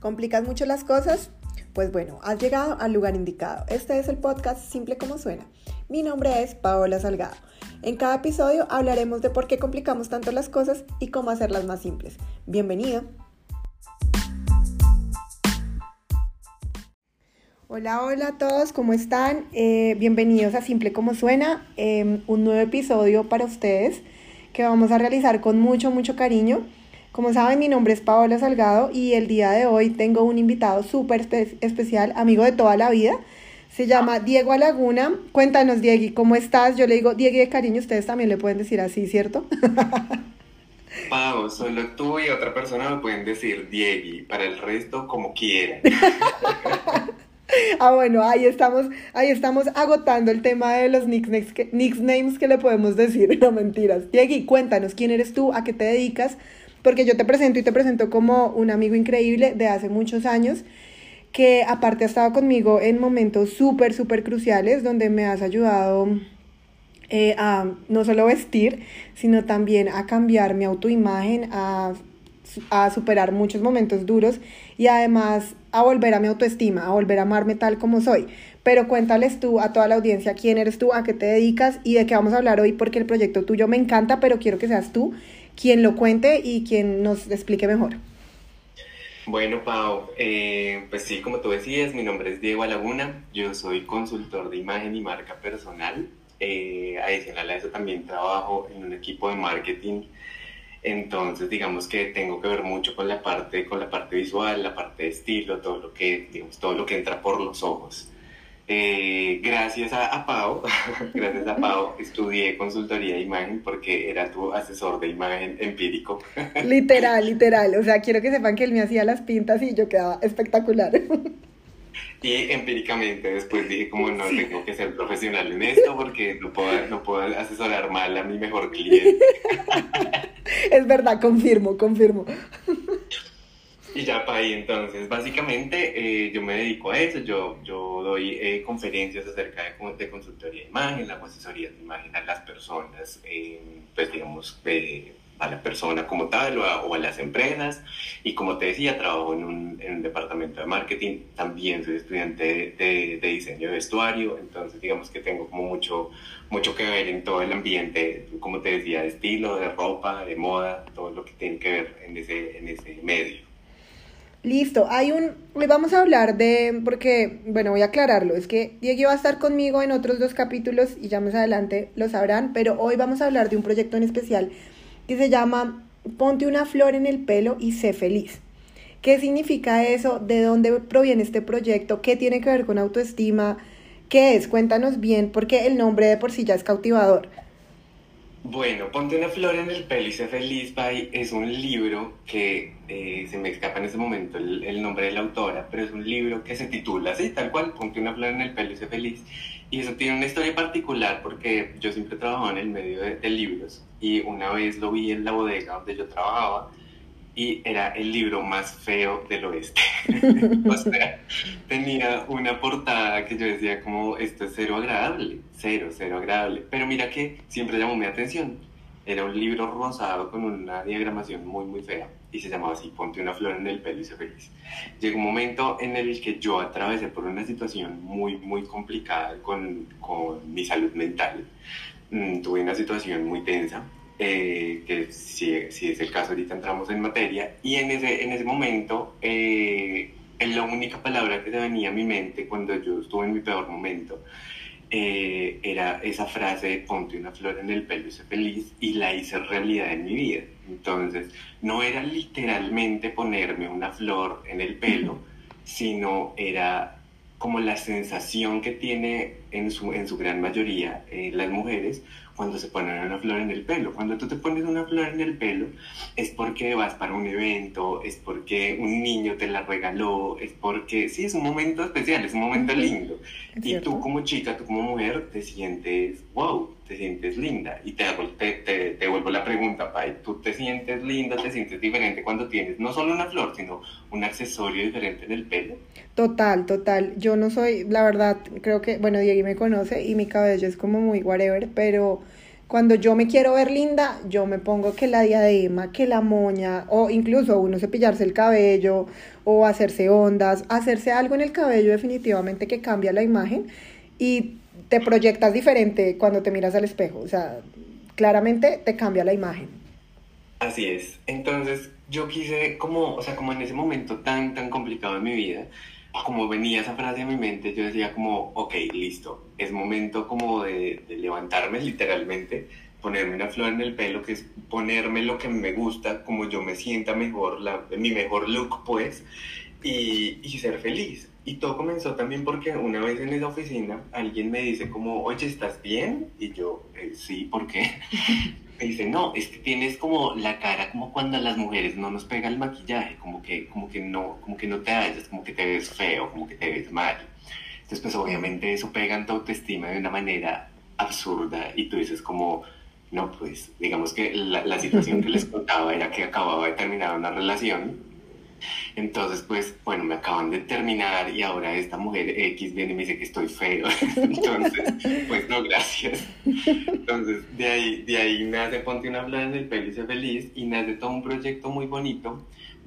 ¿Complicas mucho las cosas? Pues bueno, has llegado al lugar indicado. Este es el podcast Simple como Suena. Mi nombre es Paola Salgado. En cada episodio hablaremos de por qué complicamos tanto las cosas y cómo hacerlas más simples. Bienvenido. Hola a todos, ¿cómo están? Bienvenidos a Simple como Suena, un nuevo episodio para ustedes que vamos a realizar con mucho cariño. Como saben, mi nombre es Paola Salgado y el día de hoy tengo un invitado súper especial, amigo de toda la vida. Se llama Diego Alaguna. Cuéntanos, Diegui, ¿cómo estás? Yo le digo Diegui de cariño, ustedes también le pueden decir así, ¿cierto? Pau, solo tú y otra persona me pueden decir Diegui, para el resto como quieran. Bueno, ahí estamos agotando el tema de los nicknames que le podemos decir, no mentiras. Diegui, cuéntanos, ¿quién eres tú? ¿A qué te dedicas? Porque yo te presento como un amigo increíble de hace muchos años, que aparte ha estado conmigo en momentos súper cruciales, donde me has ayudado a no solo vestir, sino también a cambiar mi autoimagen, a superar muchos momentos duros y además a volver a mi autoestima, a volver a amarme tal como soy. Pero cuéntales tú a toda la audiencia quién eres tú, a qué te dedicas y de qué vamos a hablar hoy, porque el proyecto tuyo me encanta, pero quiero que seas tú quien lo cuente y quien nos explique mejor. Bueno, Pau, pues sí, como tú decías, mi nombre es Diego Alaguna, yo soy consultor de imagen y marca personal. Adicional a eso también trabajo en un equipo de marketing. Entonces, digamos que tengo que ver mucho con la parte visual, la parte de estilo, todo lo que entra por los ojos. Gracias a Pau, estudié consultoría de imagen porque era tu asesor de imagen empírico. Literal, o sea, quiero que sepan que él me hacía las pintas y yo quedaba espectacular. Y empíricamente después dije como no, tengo que ser profesional en esto porque no puedo asesorar mal a mi mejor cliente. Es verdad, confirmo. Y ya para ahí, entonces, básicamente yo me dedico a eso, yo doy conferencias acerca de consultoría de imagen, hago asesorías de imagen a las personas, pues digamos, a la persona como tal o a las empresas, y como te decía, trabajo en un departamento de marketing, también soy estudiante de diseño de vestuario, entonces digamos que tengo como mucho que ver en todo el ambiente, como te decía, de estilo, de ropa, de moda, todo lo que tiene que ver en ese medio. Listo, hoy vamos a hablar porque, bueno, voy a aclararlo, es que Diego va a estar conmigo en otros 2 capítulos y ya más adelante lo sabrán, pero hoy vamos a hablar de un proyecto en especial que se llama Ponte una flor en el pelo y sé feliz. ¿Qué significa eso? ¿De dónde proviene este proyecto? ¿Qué tiene que ver con autoestima? ¿Qué es? Cuéntanos bien, porque el nombre de por sí ya es cautivador. Bueno, Ponte una flor en el pelo y sé feliz, Pai, es un libro que se me escapa en ese momento el nombre de la autora, pero es un libro que se titula así, tal cual, Ponte una flor en el pelo y sé feliz. Y eso tiene una historia particular porque yo siempre he trabajado en el medio de libros y una vez lo vi en la bodega donde yo trabajaba y era el libro más feo del oeste. O sea, tenía una portada que yo decía como, esto es cero agradable, cero agradable. Pero mira que siempre llamó mi atención. Era un libro rosado con una diagramación muy fea y se llamaba así, Ponte una flor en el pelo y sé feliz. Llegó un momento en el que yo atravesé por una situación muy complicada con mi salud mental. Tuve una situación muy tensa, que si es el caso ahorita entramos en materia, y en ese momento la única palabra que se venía a mi mente cuando yo estuve en mi peor momento era esa frase de ponte una flor en el pelo y sé feliz, y la hice realidad en mi vida. Entonces no era literalmente ponerme una flor en el pelo, sino era como la sensación que tiene en su gran mayoría las mujeres cuando se ponen una flor en el pelo. Cuando tú te pones una flor en el pelo es porque vas para un evento, es porque un niño te la regaló, es porque sí, es un momento especial, es un momento lindo. Y tú como chica, tú como mujer te sientes wow, te sientes linda. Y te vuelvo la pregunta, Pai, ¿tú te sientes linda, te sientes diferente cuando tienes no solo una flor, sino un accesorio diferente en el pelo? Total. Yo no soy, la verdad, creo que, bueno, Diego me conoce y mi cabello es como muy whatever, pero Cuando yo me quiero ver linda, yo me pongo que la diadema, que la moña, o incluso uno cepillarse el cabello, o hacerse ondas, hacerse algo en el cabello definitivamente que cambia la imagen y te proyectas diferente cuando te miras al espejo. O sea, claramente te cambia la imagen. Así es. Entonces, yo quise como, o sea, como en ese momento tan complicado de mi vida, como venía esa frase a mi mente, yo decía como, ok, listo, es momento como de levantarme literalmente, ponerme una flor en el pelo, que es ponerme lo que me gusta, como yo me sienta mejor, mi mejor look pues, y ser feliz. Y todo comenzó también porque una vez en esa oficina alguien me dice como, oye, ¿estás bien? Y yo, sí, ¿por qué? Me dice, no, es que tienes como la cara como cuando a las mujeres no nos pega el maquillaje, como que no te hallas, como que te ves feo, como que te ves mal. Entonces, pues obviamente eso pega en tu autoestima de una manera absurda y tú dices como, no, pues digamos que la situación que les contaba era que acababa de terminar una relación. Entonces, pues, bueno, me acaban de terminar y ahora esta mujer X viene y me dice que estoy feo. Entonces, pues no, gracias. Entonces, de ahí nace Ponte una flor en el pelo y sé feliz y nace todo un proyecto muy bonito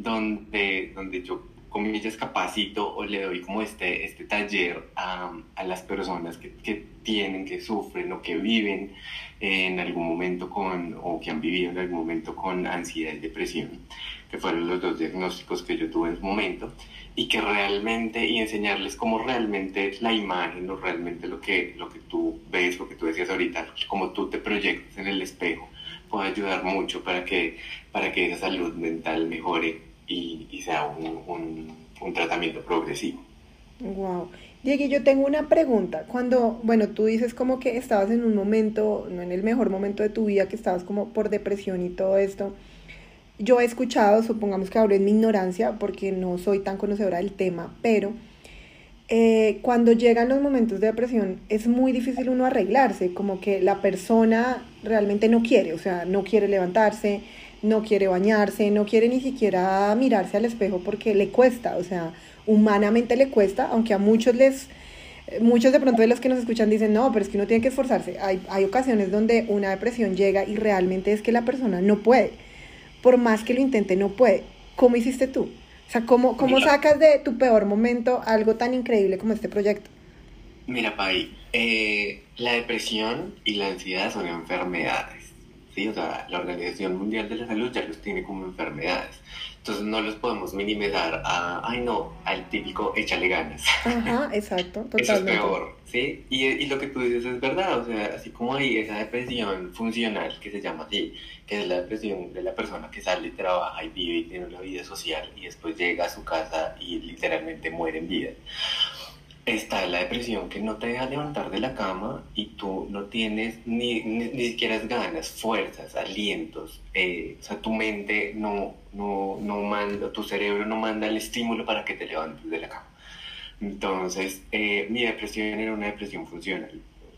donde yo, comillas, capacito o le doy como este taller a las personas que tienen, que sufren o que viven en algún momento o que han vivido en algún momento con ansiedad y depresión, que fueron los dos diagnósticos que yo tuve en su momento, y que realmente, y enseñarles cómo realmente la imagen o realmente lo que tú ves, lo que tú decías ahorita, cómo tú te proyectas en el espejo, puede ayudar mucho para que esa salud mental mejore y sea un tratamiento progresivo. Wow. Diego, yo tengo una pregunta. Cuando, bueno, tú dices como que estabas en un momento, no en el mejor momento de tu vida, que estabas como por depresión y todo esto. Yo he escuchado, supongamos que hablo en mi ignorancia, porque no soy tan conocedora del tema, pero cuando llegan los momentos de depresión es muy difícil uno arreglarse, como que la persona realmente no quiere, o sea, no quiere levantarse, no quiere bañarse, no quiere ni siquiera mirarse al espejo porque le cuesta, o sea, humanamente le cuesta, aunque a muchos de pronto de los que nos escuchan dicen, no, pero es que uno tiene que esforzarse. Hay ocasiones donde una depresión llega y realmente es que la persona no puede, por más que lo intente, no puede. ¿Cómo hiciste tú? O sea, ¿cómo Mira, sacas de tu peor momento algo tan increíble como este proyecto? mira, Pai, la depresión y la ansiedad son enfermedades, ¿sí? O sea, la Organización Mundial de la Salud ya los tiene como enfermedades. Entonces no los podemos minimizar ay no, al típico échale ganas. Ajá, exacto, Eso es totalmente. peor, ¿sí? Y lo que tú dices es verdad, o sea, así como hay esa depresión funcional que se llama así, que es la depresión de la persona que sale, trabaja y vive y tiene una vida social y después llega a su casa y literalmente muere en vida. Está la depresión que no te deja levantar de la cama y tú no tienes ni siquiera ganas, fuerzas, alientos, o sea, tu mente no manda, tu cerebro no manda el estímulo para que te levantes de la cama. Entonces, mi depresión era una depresión funcional.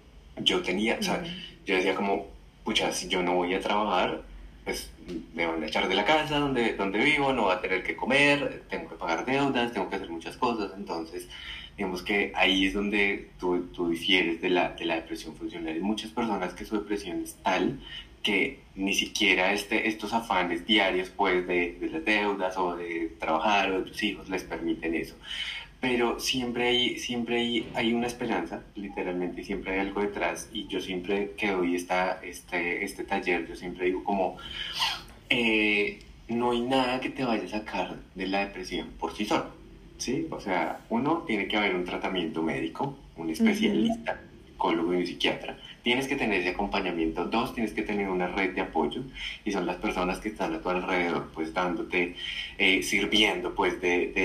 O sea, Mm. yo decía como, pucha, si yo no voy a trabajar, pues me van a echar de la casa donde vivo, no voy a tener que comer, tengo que pagar deudas, tengo que hacer muchas cosas. Entonces, digamos que ahí es donde tú difieres de la depresión funcional. Hay muchas personas que su depresión es tal que ni siquiera estos afanes diarios pues de las deudas o de trabajar o de tus hijos les permiten eso, pero siempre hay una esperanza, literalmente, y siempre hay algo detrás. Y yo siempre que doy este taller, yo siempre digo como, no hay nada que te vaya a sacar de la depresión por sí solo, ¿sí? O sea, uno, tiene que haber un tratamiento médico, un Ujú. especialista, psicólogo y un psiquiatra. Tienes que tener ese acompañamiento. Dos, tienes que tener una red de apoyo y son las personas que están a tu alrededor, pues dándote, sirviendo, pues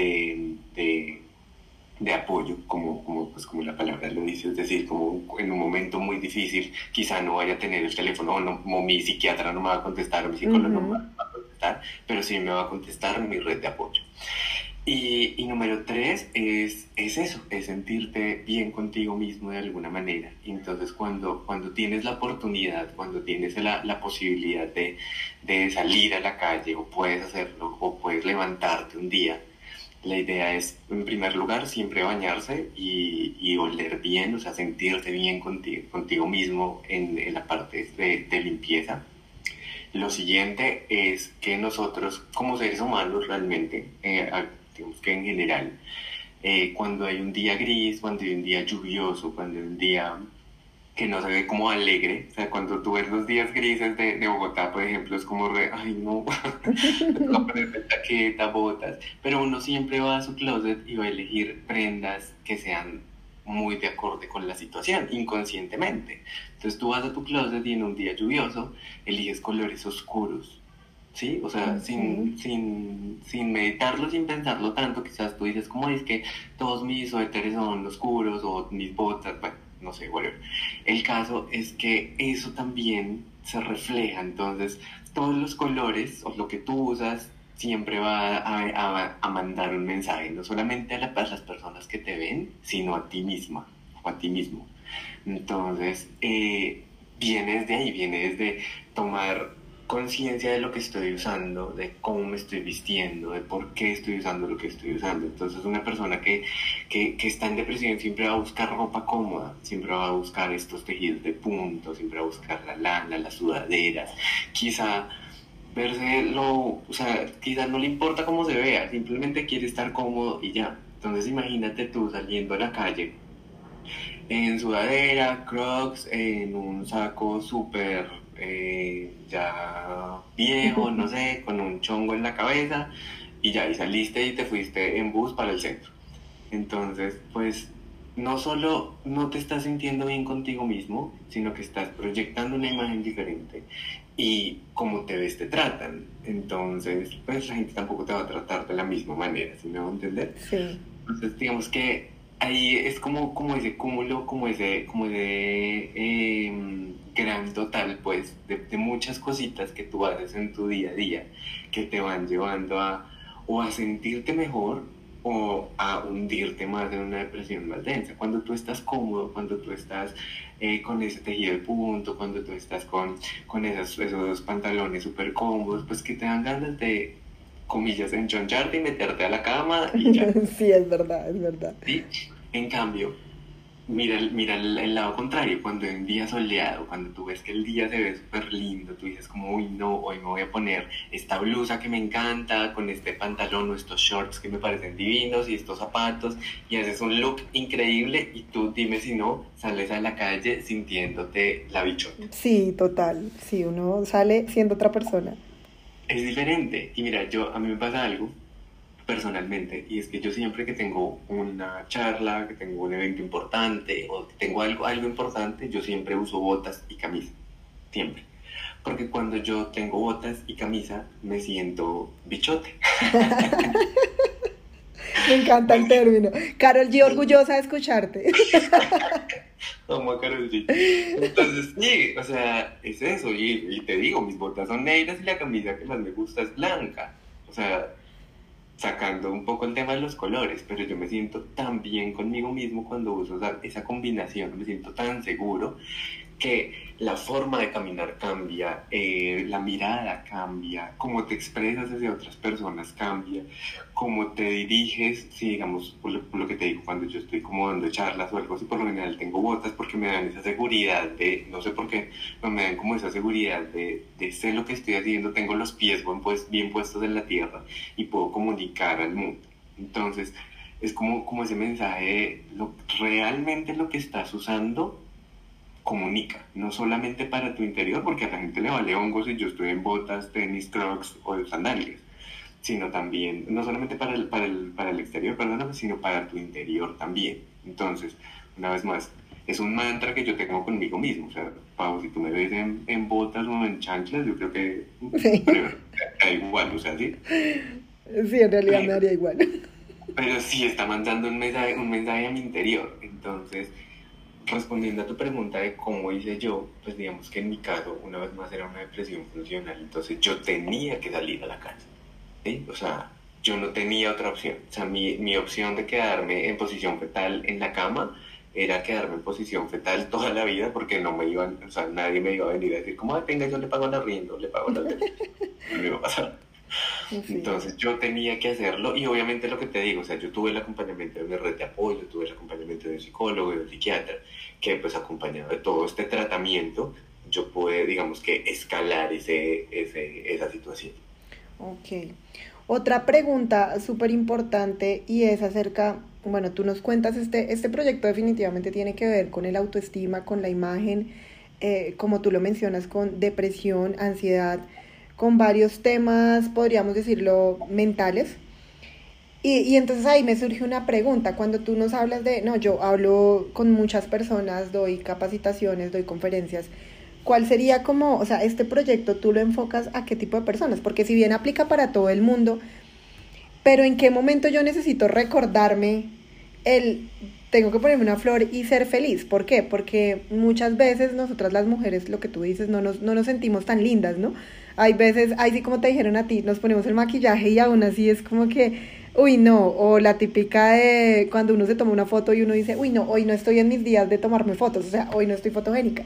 de apoyo, pues como la palabra lo dice, es decir, como en un momento muy difícil, quizá no vaya a tener el teléfono, o no, como mi psiquiatra no me va a contestar, o mi psicólogo no me Ujú. va a contestar, pero sí me va a contestar mi red de apoyo. Y número tres es eso, es sentirte bien contigo mismo de alguna manera. Y entonces cuando tienes la oportunidad, cuando tienes la posibilidad de salir a la calle, o puedes hacerlo, o puedes levantarte un día La idea es, en primer lugar, siempre bañarse y oler bien, o sea, sentirte bien contigo mismo en la parte de limpieza. Lo siguiente es que nosotros, como seres humanos, realmente, digamos que en general, cuando hay un día gris, cuando hay un día lluvioso, cuando hay un día que no se ve como alegre, o sea, cuando tú ves los días grises de Bogotá, por ejemplo, es como re, ay no, me toca ponerme chaqueta, botas, pero uno siempre va a su closet y va a elegir prendas que sean muy de acorde con la situación, inconscientemente. Entonces tú vas a tu closet y en un día lluvioso eliges colores oscuros, ¿sí? O sea, Ok. sin meditarlo, sin pensarlo tanto, quizás tú dices, como es que todos mis suéteres son oscuros o mis botas, bueno, no sé, whatever. El caso es que eso también se refleja, entonces todos los colores o lo que tú usas siempre va a mandar un mensaje, no solamente a las personas que te ven, sino a ti misma o a ti mismo. Entonces, viene desde ahí, viene desde tomar conciencia de lo que estoy usando, de cómo me estoy vistiendo, de por qué estoy usando lo que estoy usando. Entonces una persona que está en depresión siempre va a buscar ropa cómoda, siempre va a buscar estos tejidos de punto, siempre va a buscar la lana, las sudaderas, quizá verse o sea, quizá no le importa cómo se vea, simplemente quiere estar cómodo y ya. Entonces imagínate tú saliendo a la calle en sudadera, Crocs, en un saco súper ya viejo, no sé, con un chongo en la cabeza y ya, y saliste y te fuiste en bus para el centro. Entonces, pues no solo no te estás sintiendo bien contigo mismo, sino que estás proyectando una imagen diferente y como te ves te tratan. Entonces, pues la gente tampoco te va a tratar de la misma manera, ¿sí me va a entender? Sí. Entonces, digamos que ahí es como ese cúmulo, como ese gran total, pues, de muchas cositas que tú haces en tu día a día, que te van llevando a o a sentirte mejor o a hundirte más en una depresión más densa. Cuando tú estás cómodo, cuando tú estás con ese tejido de punto, cuando tú estás con esos pantalones súper cómodos, pues que te dan ganas de, comillas, enchoncharte y meterte a la cama y ya. Sí, es verdad, es verdad. ¿Sí? En cambio, mira el lado contrario, cuando hay un día soleado, cuando tú ves que el día se ve súper lindo, tú dices como, uy, no, hoy me voy a poner esta blusa que me encanta, con este pantalón o estos shorts que me parecen divinos y estos zapatos, y haces un look increíble y tú dime si no, sales a la calle sintiéndote la bichota. Sí, total. Sí, uno sale siendo otra persona. Es diferente. Y mira, a mí me pasa algo personalmente, y es que yo siempre que tengo una charla, que tengo un evento importante o que tengo algo importante, yo siempre uso botas y camisa, siempre. Porque cuando yo tengo botas y camisa, me siento bichote. Me encanta Me el siento término. Carol G, orgullosa de escucharte. como a Karol G. Entonces, sí, o sea, es eso. Y te digo, mis botas son negras y la camisa que más me gusta es blanca. O sea, sacando un poco el tema de los colores, pero yo me siento tan bien conmigo mismo cuando uso esa combinación, me siento tan seguro que la forma de caminar cambia, la mirada cambia, cómo te expresas hacia otras personas cambia, cómo te diriges, si digamos, por lo que te digo, cuando yo estoy como dando charlas o algo así, por lo general tengo botas porque me dan esa seguridad de, no sé por qué, pero me dan como esa seguridad de sé lo que estoy haciendo, tengo los pies bien puestos en la tierra y puedo comunicar al mundo. Entonces, es como ese mensaje de realmente lo que estás usando comunica, no solamente para tu interior, porque a la gente le vale hongos si yo estoy en botas, tenis, crocs o sandalias, sino también, no solamente para el exterior, perdóname, sino para tu interior también. Entonces, una vez más, es un mantra que yo tengo conmigo mismo. O sea, Pau, si tú me ves en botas o en chanclas, yo creo que, Sí, whatever, da igual, o sea, sí. sí, en realidad me Pero, daría igual. pero sí está mandando un mensaje a mi interior. Entonces, respondiendo a tu pregunta de cómo hice yo, pues digamos que en mi caso, una vez más, era una depresión funcional, entonces yo tenía que salir a la calle, ¿sí? O sea, yo no tenía otra opción. O sea, mi opción de quedarme en posición fetal en la cama era quedarme en posición fetal toda la vida porque no me iban, o sea, nadie me iba a venir a decir como, ah, venga, yo le pago el arriendo, le pago la luz. No me iba a pasar. Sí. Entonces yo tenía que hacerlo y obviamente lo que te digo, o sea, yo tuve el acompañamiento de mi red de apoyo, tuve el acompañamiento de un psicólogo, de un psiquiatra, que pues acompañado de todo este tratamiento, yo pude, digamos que, escalar esa situación. Ok. Otra pregunta súper importante y es acerca, bueno, tú nos cuentas, este proyecto definitivamente tiene que ver con el autoestima, con la imagen, como tú lo mencionas, con depresión, ansiedad, con varios temas, podríamos decirlo, mentales. Y entonces ahí me surge una pregunta, cuando tú nos hablas de, no, yo hablo con muchas personas, doy capacitaciones, doy conferencias, ¿cuál sería como, o sea, este proyecto tú lo enfocas a qué tipo de personas? Porque si bien aplica para todo el mundo, pero ¿en qué momento yo necesito recordarme el tengo que ponerme una flor y ser feliz? ¿Por qué? Porque muchas veces nosotras las mujeres, lo que tú dices, no nos sentimos tan lindas, ¿no? Hay veces, ahí sí como te dijeron a ti, nos ponemos el maquillaje y aún así es como que, uy, no, o la típica de cuando uno se toma una foto y uno dice, uy, no, hoy no estoy en mis días de tomarme fotos, o sea, hoy no estoy fotogénica.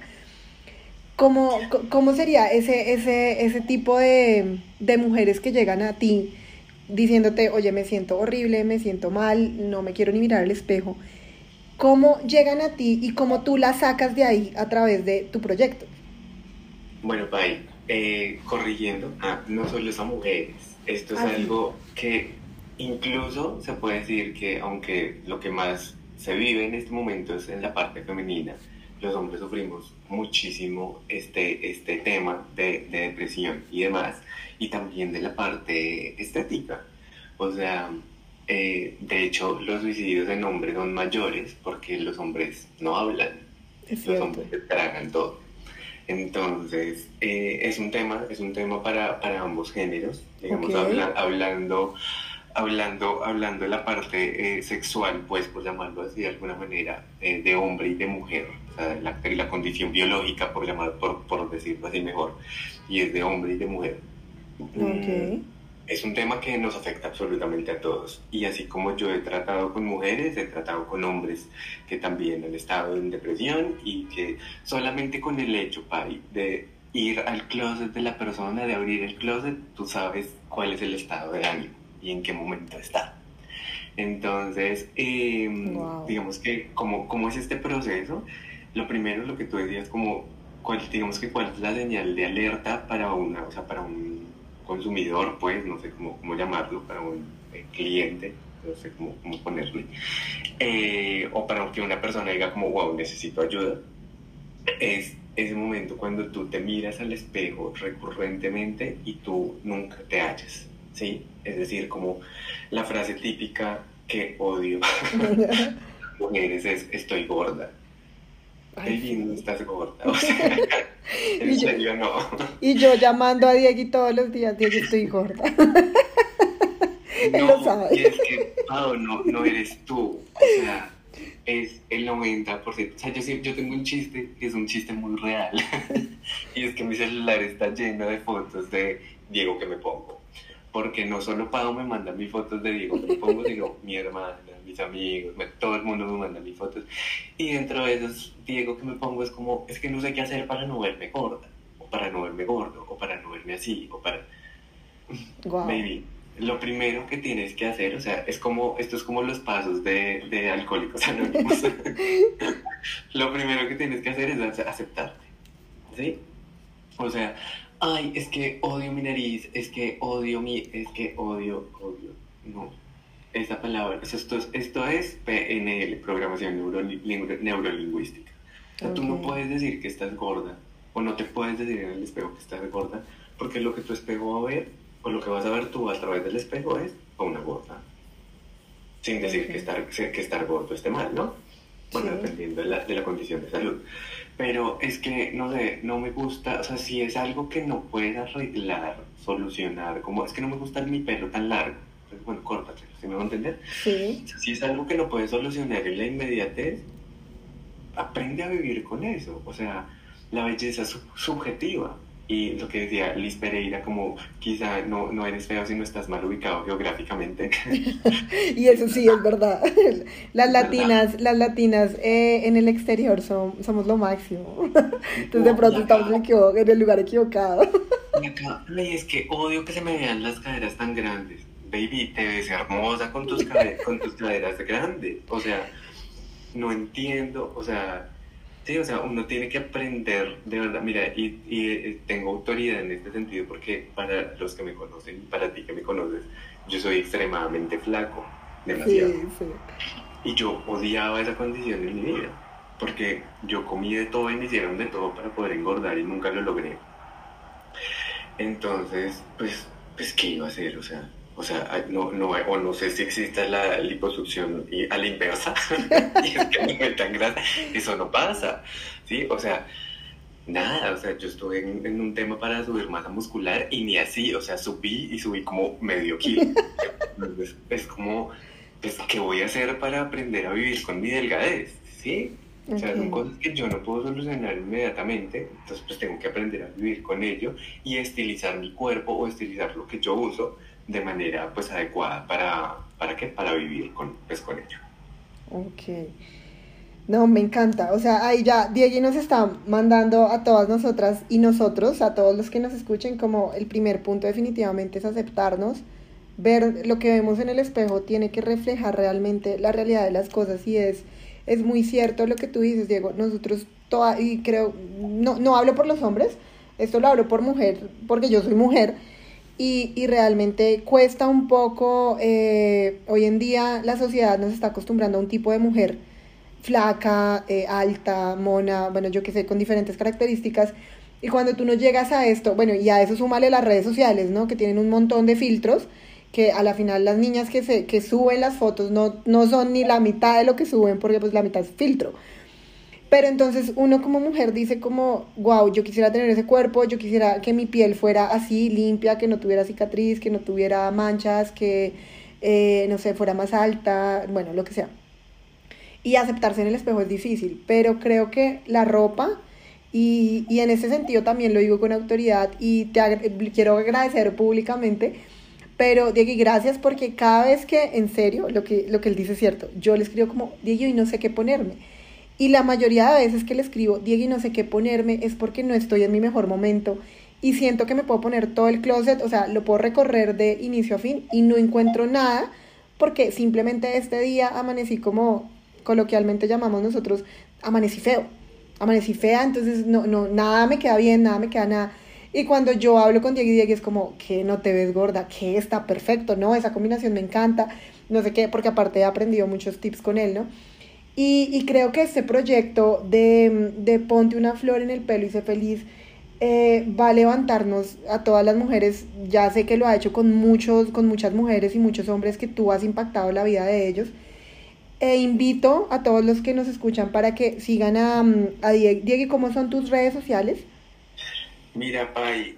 ¿Cómo sería ese tipo de mujeres que llegan a ti diciéndote, oye, me siento horrible, me siento mal, no me quiero ni mirar al espejo? ¿Cómo llegan a ti y cómo tú las sacas de ahí a través de tu proyecto? Bueno, Pai, corrigiendo, no solo es a mujeres, esto es Así. algo que incluso se puede decir que aunque lo que más se vive en este momento es en la parte femenina, los hombres sufrimos muchísimo este tema de depresión y demás, y también de la parte estética. O sea, de hecho, los suicidios en hombres son mayores porque los hombres no hablan, Es los cierto. hombres se tragan todo. Entonces, es un tema para ambos géneros, Ok. digamos, hablando de la parte sexual, pues por llamarlo así de alguna manera, de hombre y de mujer, o sea, la condición biológica, por decirlo así mejor, y es de hombre y de mujer. Ok. Mm, es un tema que nos afecta absolutamente a todos. Y así como yo he tratado con mujeres, he tratado con hombres que también han estado en depresión y que solamente con el hecho, Pai, de ir al closet de la persona, de abrir el closet, tú sabes cuál es el estado de ánimo y en qué momento está. Entonces, Wow. digamos que como es este proceso, lo primero, lo que tú decías, como, digamos que cuál es la señal de alerta para o sea, para un consumidor, pues, no sé cómo llamarlo, para un cliente, no sé cómo ponerle, o para que una persona diga como, wow, necesito ayuda, es ese momento cuando tú te miras al espejo recurrentemente y tú nunca te hallas, ¿sí? Es decir, como la frase típica que odio mujeres es estoy gorda. Ay, Baby, no sí. estás gorda. O sea, en Y yo, serio no. y yo llamando a Diego todos los días, Diego, estoy gorda. Él lo No, y sabe. es que, Pau, no eres tú. O sea, es el 90%. O sea, yo tengo un chiste que es un chiste muy real. Y es que mi celular está lleno de fotos de Diego que me pongo. Porque no solo Pau me manda mis fotos de Diego que me pongo, sino mi hermana, mis amigos, todo el mundo me manda mis fotos. Y dentro de esos Diego que me pongo es como, es que no sé qué hacer para no verme gorda, o para no verme gordo, o para no verme así, o para... Wow. Baby, lo primero que tienes que hacer, o sea, esto es como los pasos de Alcohólicos Anónimos. Lo primero que tienes que hacer es aceptarte, ¿sí? O sea, ay, es que odio mi nariz, es que odio. No, esa palabra, esto es PNL, programación neurolingüística. O sea, tú Ok. no puedes decir que estás gorda, o no te puedes decir en el espejo que estás gorda, porque lo que tu espejo va a ver, o lo que vas a ver tú a través del espejo es a una gorda, sin decir Ok. que estar gordo esté mal, ¿no? Bueno, Sí. dependiendo de la condición de salud. Pero es que, no sé, no me gusta, o sea, si es algo que no puedes arreglar, solucionar, como es que no me gusta mi pelo tan largo, entonces, bueno, córtatelo, ¿sí me va a entender? Sí. O sea, si es algo que no puedes solucionar en la inmediatez, aprende a vivir con eso, o sea, la belleza es subjetiva. Y lo que decía Liz Pereira, como quizá no eres feo si no estás mal ubicado geográficamente, Y eso sí, es verdad. es verdad. Las latinas en el exterior somos lo máximo. Entonces de No, y pronto estamos acá, en el lugar equivocado. por acá, ay, es que odio que se me vean las caderas tan grandes. Baby, te ves hermosa con tus caderas grandes. O sea, no entiendo, o sea, sí, o sea, uno tiene que aprender, de verdad, mira, tengo autoridad en este sentido porque para los que me conocen y para ti que me conoces, yo soy extremadamente flaco, demasiado. Sí, sí. Y yo odiaba esa condición en mi vida, porque yo comí de todo y me hicieron de todo para poder engordar y nunca lo logré. Entonces, pues, ¿qué iba a hacer? O sea, o no sé si existe la liposucción a la inversa, y es que me metan grasa, eso no pasa, ¿sí? O sea, nada, o sea, yo estuve en un tema para subir masa muscular y ni así, o sea, subí y subí como medio kilo. Entonces, es como, pues, ¿qué voy a hacer para aprender a vivir con mi delgadez? ¿Sí? O sea, son Ok. cosas que yo no puedo solucionar inmediatamente, entonces pues tengo que aprender a vivir con ello y estilizar mi cuerpo o estilizar lo que yo uso de manera pues adecuada ¿para qué? Para vivir con ello. Ok. No, me encanta. O sea, ahí ya Diego nos está mandando a todas nosotras y nosotros, a todos los que nos escuchen, como el primer punto definitivamente es aceptarnos. Ver lo que vemos en el espejo tiene que reflejar realmente la realidad de las cosas y es muy cierto lo que tú dices, Diego. Nosotros, y creo, no hablo por los hombres, esto lo hablo por mujer, porque yo soy mujer. Y realmente cuesta un poco, hoy en día la sociedad nos está acostumbrando a un tipo de mujer flaca, alta, mona, bueno, yo qué sé, con diferentes características. Y cuando tú no llegas a esto, bueno, y a eso súmale las redes sociales, ¿no? Que tienen un montón de filtros, que a la final las niñas que suben las fotos no son ni la mitad de lo que suben, porque pues la mitad es filtro. Pero entonces uno como mujer dice como, wow, yo quisiera tener ese cuerpo, yo quisiera que mi piel fuera así, limpia, que no tuviera cicatriz, que no tuviera manchas, que, no sé, fuera más alta, bueno, lo que sea. Y aceptarse en el espejo es difícil, pero creo que la ropa, y en ese sentido también lo digo con autoridad y quiero agradecer públicamente, pero Diego, y gracias porque cada vez que, en serio, lo que él dice es cierto, yo le escribo como, Diego, y no sé qué ponerme. Y la mayoría de veces que le escribo, Diego, y no sé qué ponerme, es porque no estoy en mi mejor momento y siento que me puedo poner todo el closet, o sea, lo puedo recorrer de inicio a fin y no encuentro nada porque simplemente este día amanecí como coloquialmente llamamos nosotros, amanecí feo, amanecí fea, entonces nada me queda bien, nada me queda nada. Y cuando yo hablo con Diego es como, que no te ves gorda, que está perfecto, ¿no? Esa combinación me encanta, no sé qué, porque aparte he aprendido muchos tips con él, ¿no? Y creo que este proyecto de ponte una flor en el pelo y sé feliz va a levantarnos a todas las mujeres. Ya sé que lo ha hecho con muchas mujeres y muchos hombres que tú has impactado la vida de ellos. E invito a todos los que nos escuchan para que sigan a Diego. Diego, ¿cómo son tus redes sociales? Mira, Pai,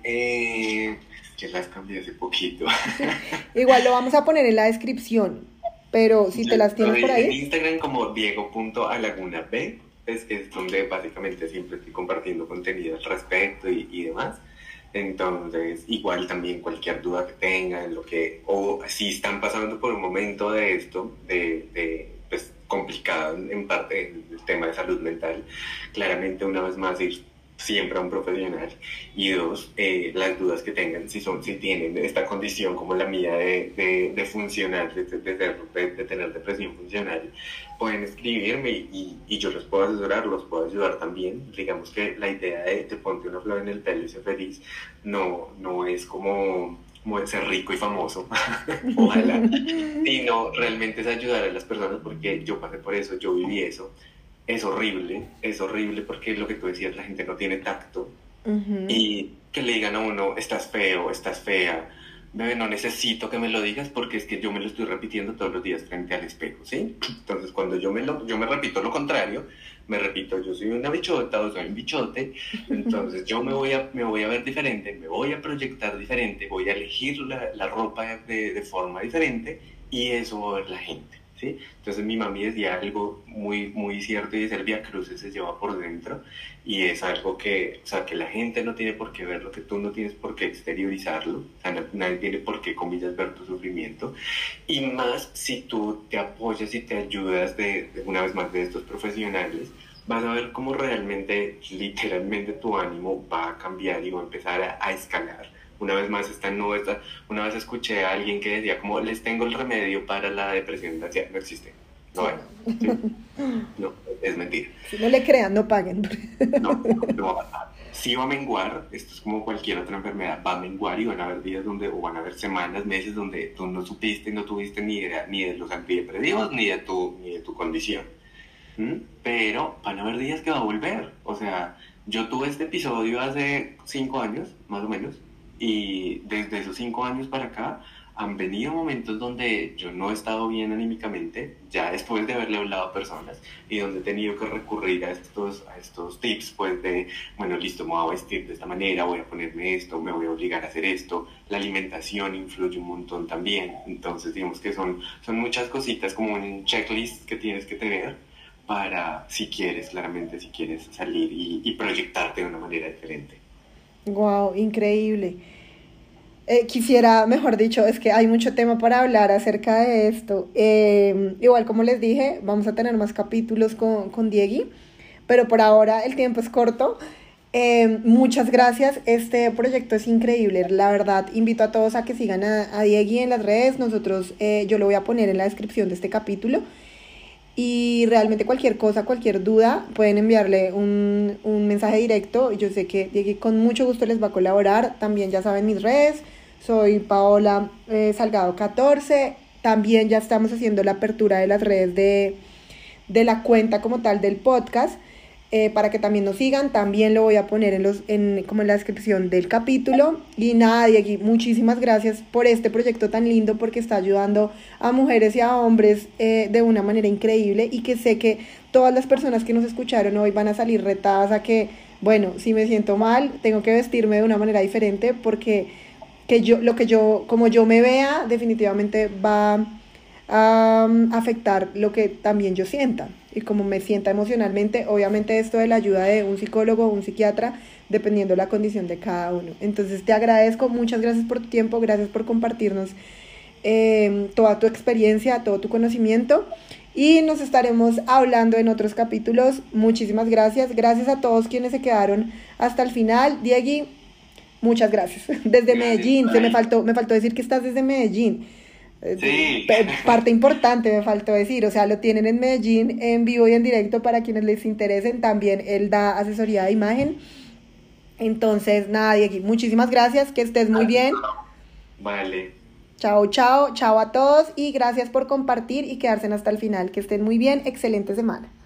que las cambié hace poquito. Igual lo vamos a poner en la descripción, pero si Yo te las tienes estoy por en ahí. Instagram como diego.alaguna B, es que es donde básicamente siempre estoy compartiendo contenido al respecto y demás. Entonces, igual también cualquier duda que tengan, o si están pasando por un momento de esto, pues complicado en parte el tema de salud mental, claramente una vez más ir siempre a un profesional y dos, las dudas que tengan, si tienen esta condición como la mía de funcional, de tener depresión funcional, pueden escribirme y yo los puedo asesorar, los puedo ayudar también. Digamos que la idea de ponte una flor en el pelo y ser feliz no es como de ser rico y famoso, ojalá, sino realmente es ayudar a las personas porque yo pasé por eso, yo viví eso. Es horrible porque lo que tú decías, la gente no tiene tacto Ujú. y que le digan a uno, estás feo, estás fea, bebé, no necesito que me lo digas porque es que yo me lo estoy repitiendo todos los días frente al espejo, ¿sí? Entonces cuando yo me repito lo contrario, me repito, yo soy una bichota o soy un bichote, entonces yo me voy a ver diferente, me voy a proyectar diferente, voy a elegir la ropa de forma diferente y eso va a ver la gente. ¿Sí? Entonces mi mami decía algo muy cierto y es el viacrucis se lleva por dentro y es algo que, o sea, que la gente no tiene por qué ver lo que tú no tienes por qué exteriorizarlo, o sea, nadie tiene por qué, comillas, ver tu sufrimiento y más si tú te apoyas y te ayudas una vez más de estos profesionales vas a ver cómo realmente, literalmente tu ánimo va a cambiar y va a empezar a escalar. Una vez más, una vez escuché a alguien que decía como, les tengo el remedio para la depresión ansiedad. No existe, no Sí, hay. no. ¿Sí? No, es mentira. Si no le crean, no paguen. No, no va a pasar. Sí va a menguar, esto es como cualquier otra enfermedad, va a menguar y van a haber días donde, o van a haber semanas, meses donde tú no supiste, no tuviste ni idea ni de los antidepresivos ni de tu condición. ¿Mm? Pero van a haber días que va a volver. O sea, yo tuve este episodio hace 5 años, más o menos, y desde esos 5 años para acá han venido momentos donde yo no he estado bien anímicamente, ya después de haberle hablado a personas, y donde he tenido que recurrir a estos tips, pues de, bueno, listo, me voy a vestir de esta manera, voy a ponerme esto, me voy a obligar a hacer esto. La alimentación influye un montón también. Entonces, digamos que son muchas cositas, como un checklist que tienes que tener para, si quieres, claramente, si quieres salir y proyectarte de una manera diferente. Wow, increíble. Quisiera, mejor dicho, es que hay mucho tema para hablar acerca de esto. Igual como les dije, vamos a tener más capítulos con Diegui, pero por ahora el tiempo es corto. Muchas gracias, este proyecto es increíble, la verdad invito a todos a que sigan a Diegui en las redes, nosotros, yo lo voy a poner en la descripción de este capítulo. Y realmente cualquier cosa, cualquier duda, pueden enviarle un mensaje directo. Yo sé que Diego con mucho gusto les va a colaborar. También ya saben mis redes. Soy Paola Salgado 14. También ya estamos haciendo la apertura de las redes de la cuenta como tal del podcast. Para que también nos sigan, también lo voy a poner como en la descripción del capítulo. Y nada, Diego, muchísimas gracias por este proyecto tan lindo, porque está ayudando a mujeres y a hombres de una manera increíble, y que sé que todas las personas que nos escucharon hoy van a salir retadas a que, bueno, si me siento mal, tengo que vestirme de una manera diferente, porque como yo me vea, definitivamente va a afectar lo que también yo sienta y como me sienta emocionalmente. Obviamente esto de la ayuda de un psicólogo o un psiquiatra, dependiendo de la condición de cada uno. Entonces te agradezco, muchas gracias por tu tiempo, gracias por compartirnos toda tu experiencia, todo tu conocimiento, y nos estaremos hablando en otros capítulos. Muchísimas gracias, gracias a todos quienes se quedaron hasta el final. Diegui, muchas gracias. Desde Medellín, me faltó decir que estás desde Medellín. Sí. Parte importante me faltó decir, o sea, lo tienen en Medellín en vivo y en directo para quienes les interesen. También él da asesoría de imagen. Entonces, nada, Diego, muchísimas gracias, que estés muy bien. Vale. Chao, chao, chao a todos, y gracias por compartir y quedarse hasta el final. Que estén muy bien, excelente semana.